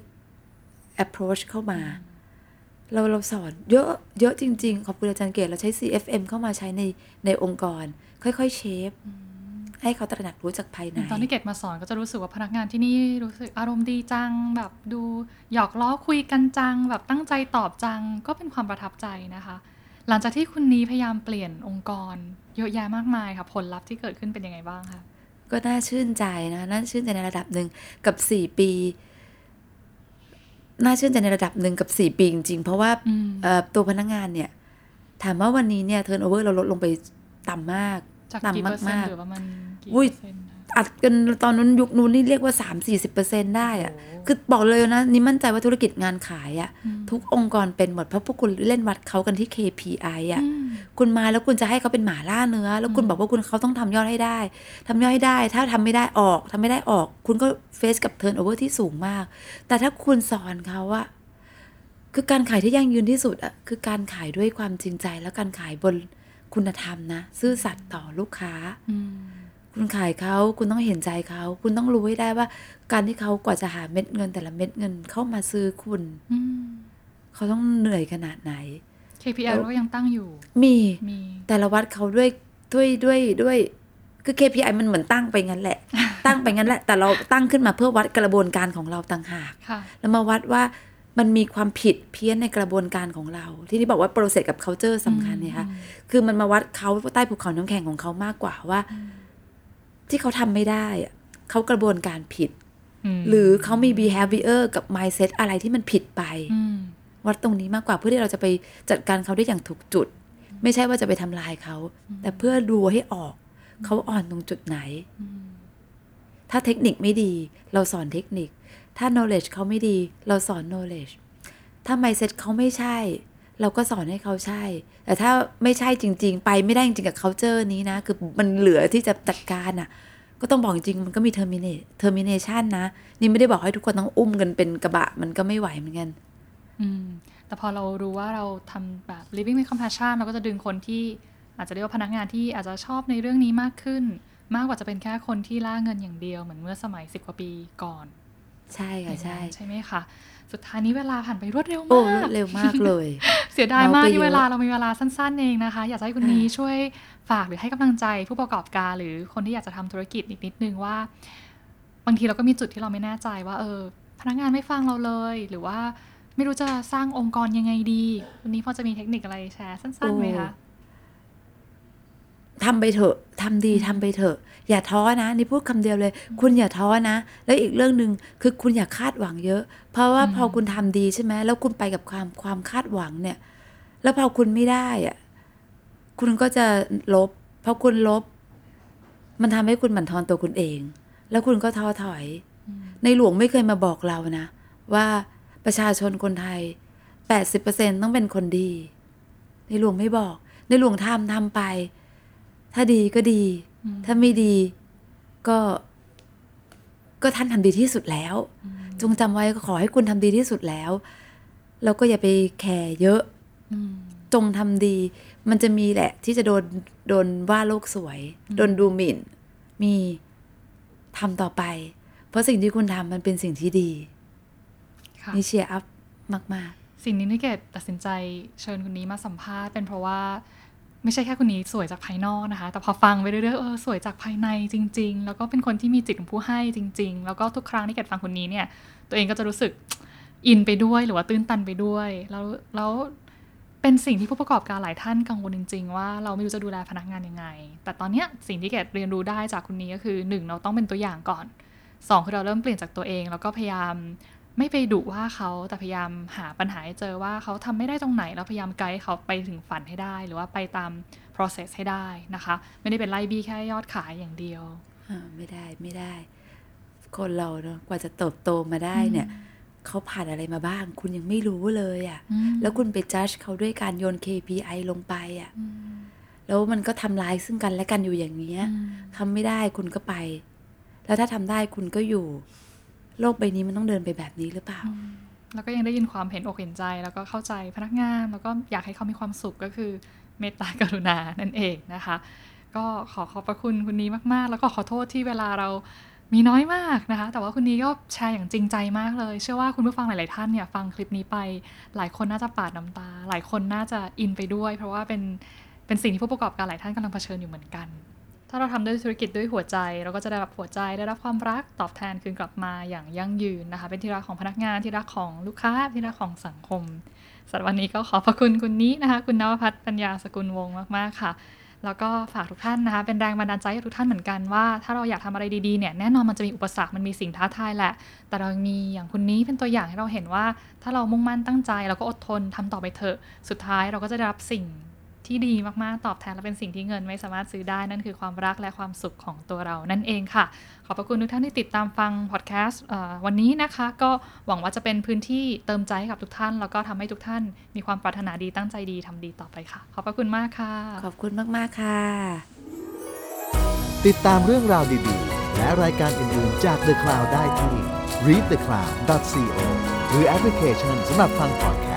approach เข้ามาเราเราสอนเยอะเยอะจริงๆขอบคุณอาจารย์เกตเราใช้ ซี เอฟ เอ็ม เข้ามาใช้ในในองค์กรค่อยๆเชฟให้เขาตระหนักรู้จากภายในตอนที่เกดมาสอนก็จะรู้สึกว่าพนักงานที่นี่รู้สึกอารมณ์ดีจังแบบดูหยอกล้อคุยกันจังแบบตั้งใจตอบจังก็เป็นความประทับใจนะคะหลังจากที่คุณนี้พยายามเปลี่ยนองค์กรเยอะแยะมากมายค่ะผลลัพธ์ที่เกิดขึ้นเป็นยังไงบ้างคะก็น่าชื่นใจนะน่าชื่นใจในระดับหนึ่งกับสี่ปีน่าชื่นใจในระดับหนึ่งกับสี่ปีจริงๆเพราะว่าตัวพนักงานเนี่ยถามว่าวันนี้เนี่ยเทิร์นโอเวอร์เราลดลงไปต่ำมากต่ำมากๆหรือว่ามันกี่เปอร์เซ็นต์อัดกันตอนนั้นยุคนู้นนี่เรียกว่า สามถึงสี่สิบเปอร์เซ็นต์ ได้อะคือบอกเลยนะนี่มั่นใจว่าธุรกิจงานขายอะทุกองค์กรเป็นหมดเพราะพวกคุณเล่นวัดเขากันที่ เค พี ไอ อะคุณมาแล้วคุณจะให้เขาเป็นหมาล่าเนื้อแล้วคุณบอกว่าคุณเขาต้องทำยอดให้ได้ทำยอดให้ได้ถ้าทำไม่ได้ออกทำไม่ได้ออกคุณก็เฟซกับเทิร์นโอเวอร์ที่สูงมากแต่ถ้าคุณสอนเขาอะคือการขายที่ยั่งยืนที่สุดอะคือการขายด้วยความจริงใจและการขายบนคุณธรรมนะซื่อสัตย์ต่อลูกค้าคุณขายเขาคุณต้องเห็นใจเขาคุณต้องรู้ให้ได้ว่าการที่เขากว่าจะหาเม็ดเงินแต่ละเม็ดเงินเข้ามาซื้อคุณเขาต้องเหนื่อยขนาดไหนเค พี ไอ ก็ยังตั้งอยู่มีมีแต่ละวัดเขาด้วยด้วยด้วยด้วยคือ เค พี ไอ มันเหมือนตั้งไปงั้นแหละ ตั้งไปงั้นแหละแต่เราตั้งขึ้นมาเพื่อวัดกระบวนการของเราต่างหากแล้วมาวัดว่ามันมีความผิดเพี้ยนในกระบวนการของเราที่นี่บอกว่าโปรเซสกับ culture สำคัญเนี่ยค่ะคือมันมาวัดเขาใต้ภูเขาน้ำแข็งของเขามากกว่าว่าที่เขาทำไม่ได้เขากระบวนการผิดหรือเขามี behavior กับ mindset อะไรที่มันผิดไปวัดตรงนี้มากกว่าเพื่อที่เราจะไปจัดการเขาได้อย่างถูกจุดไม่ใช่ว่าจะไปทำลายเขาแต่เพื่อดูให้ออกเขาอ่อนตรงจุดไหนถ้าเทคนิคไม่ดีเราสอนเทคนิคถ้า knowledge เขาไม่ดีเราสอน knowledge ถ้า mindset เขาไม่ใช่เราก็สอนให้เขาใช่แต่ถ้าไม่ใช่จริงๆไปไม่ได้จริงๆกับ culture นี้นะคือมันเหลือที่จะจัดการอ่ะก็ต้องบอกจริงๆมันก็มี terminate termination นะนี่ไม่ได้บอกให้ทุกคนต้องอุ้มกันเป็นกระบะมันก็ไม่ไหวเหมือนกันอืมแต่พอเรารู้ว่าเราทำแบบ living with compassion เราก็จะดึงคนที่อาจจะเรียกว่าพนักงานที่อาจจะชอบในเรื่องนี้มากขึ้นมากกว่าจะเป็นแค่คนที่ล่าเงินอย่างเดียวเหมือนเมื่อสมัยสิบกว่าปีก่อนใช่ค่ะใช่ใช่ไหมคะสุดท้ายนี้เวลาผ่านไปรวดเร็วมากโอ้รวดเร็วมากเลยเสียดายมากที่เวลาเรามีเวลาสั้นๆเองนะคะอยากให้คุณนี้ช่วยฝากหรือให้กำลังใจผู้ประกอบการหรือคนที่อยากจะทำธุรกิจอีกนิดนึงว่าบางทีเราก็มีจุดที่เราไม่แน่ใจว่าเออพนักงานไม่ฟังเราเลยหรือว่าไม่รู้จะสร้างองค์กรยังไงดีวันนี้พอจะมีเทคนิคอะไรแชร์สั้นๆไหมคะทำไปเถอะทำดีทำไปเถอะอย่าท้อนะนี่พูดคำเดียวเลยคุณอย่าท้อนะแล้วอีกเรื่องนึงคือคุณอย่าคาดหวังเยอะเพราะว่าพอคุณทำดีใช่ไหมแล้วคุณไปกับความความคาดหวังเนี่ยแล้วพอคุณไม่ได้อ่ะคุณก็จะลบพอคุณลบมันทำให้คุณหมั่นทอนตัวคุณเองแล้วคุณก็ท้อถอยในหลวงไม่เคยมาบอกเรานะว่าประชาชนคนไทย แปดสิบเปอร์เซ็นต์ ต้องเป็นคนดีในหลวงไม่บอกในหลวงทำทำไปถ้าดีก็ดีถ้าไม่ดีก็ก็ท่านทำดีที่สุดแล้วจงจำไว้ขอให้คุณทำดีที่สุดแล้วแล้วก็อย่าไปแคร์เยอะจงทำดีมันจะมีแหละที่จะโดนโดนว่าโลกสวยโดนดูหมิ่นมีทำต่อไปเพราะสิ่งที่คุณทำมันเป็นสิ่งที่ดีนี่เชียร์อัพมากๆสิ่งนี้นิเกตตัดสินใจเชิญคุณนี้มาสัมภาษณ์เป็นเพราะว่าไม่ใช่แค่คนนี้สวยจากภายนอกนะคะแต่พอฟังไปเรื่อยๆเออสวยจากภายในจริงๆแล้วก็เป็นคนที่มีจิตของผู้ให้จริงๆแล้วก็ทุกครั้งที่เกิดฟังคนนี้เนี่ยตัวเองก็จะรู้สึกอินไปด้วยหรือว่าตื้นตันไปด้วยแล้วแล้วเป็นสิ่งที่ผู้ประกอบการหลายท่านกังวลจริงๆว่าเราไม่รู้จะดูแลพนักงานยังไงแต่ตอนเนี้ยสิ่งที่เกดเรียนรู้ได้จากคนนี้ก็คือหนึ่งเราต้องเป็นตัวอย่างก่อนสองคือเราเริ่มเปลี่ยนจากตัวเองแล้วก็พยายามไม่ไปดุว่าเขาแต่พยายามหาปัญหาให้เจอว่าเขาทำไม่ได้ตรงไหนแล้วพยายามไกด์เขาไปถึงฝันให้ได้หรือว่าไปตาม process ให้ได้นะคะไม่ได้เป็นไล่บี้แค่ยอดขายอย่างเดียวไม่ได้ไม่ได้คนเราเนาะกว่าจะเติบโตมาได้เนี่ยเขาผ่านอะไรมาบ้างคุณยังไม่รู้เลยอ่ะแล้วคุณไป judge เขาด้วยการโยน เค พี ไอ ลงไปอ่ะแล้วมันก็ทำลายซึ่งกันและกันอยู่อย่างนี้ทำไม่ได้คุณก็ไปแล้วถ้าทำได้คุณก็อยู่โลกใบนี้มันต้องเดินไปแบบนี้หรือเปล่าแล้วก็ยังได้ยินความเห็นอกเห็นใจแล้วก็เข้าใจพนักงานแล้วก็อยากให้เขามีความสุขก็คือเมตตากรุณานั่นเองนะคะก็ขอขอบพระคุณคุณนี้มากๆแล้วก็ขอโทษที่เวลาเรามีน้อยมากนะคะแต่ว่าคุณนี้ก็แชร์อย่างจริงใจมากเลยเชื่อว่าคุณผู้ฟังหลายๆท่านเนี่ยฟังคลิปนี้ไปหลายคนน่าจะปาดน้ำตาหลายคนน่าจะอินไปด้วยเพราะว่าเป็นเป็นสิ่งที่ผู้ประกอบการหลายท่านกำลังเผชิญอยู่เหมือนกันถ้าเราทำด้วยธุรกิจด้วยหัวใจเราก็จะได้รับหัวใจได้รับความรักตอบแทนคืนกลับมาอย่างยั่งยืนนะคะเป็นที่รักของพนักงานที่รักของลูกค้าที่รักของสังคมสำหรับวันนี้ก็ขอบพระคุณคุณนี้นะคะคุณนวภัทรปัญญาสกุลวงศ์มากๆค่ะแล้วก็ฝากทุกท่านนะคะเป็นแรงบันดาลใจให้ทุกท่านเหมือนกันว่าถ้าเราอยากทำอะไรดีๆเนี่ยแน่นอนมันจะมีอุปสรรคมันมีสิ่งท้าทายแหละแต่เรามีอย่างคุณนี้เป็นตัวอย่างให้เราเห็นว่าถ้าเรามุ่งมั่นตั้งใจเราก็อดทนทำต่อไปเถอะสุดท้ายเราก็จะได้รับสิ่งที่ดีมากๆตอบแทนและเป็นสิ่งที่เงินไม่สามารถซื้อได้นั่นคือความรักและความสุขของตัวเรานั่นเองค่ะขอบพระคุณทุกท่านที่ติดตามฟังพอดแคสต์วันนี้นะคะก็หวังว่าจะเป็นพื้นที่เติมใจให้กับทุกท่านแล้วก็ทำให้ทุกท่านมีความปรารถนาดีตั้งใจดีทำดีต่อไปค่ะขอบพระคุณมากค่ะขอบคุณมากๆค่ะติดตามเรื่องราวดีๆและรายการอื่นๆจาก The Cloud ได้ที่ รีด เดอะ คลาวด์ ดอท ซี โอ หรือแอปพลิเคชันสำหรับฟังพอดแค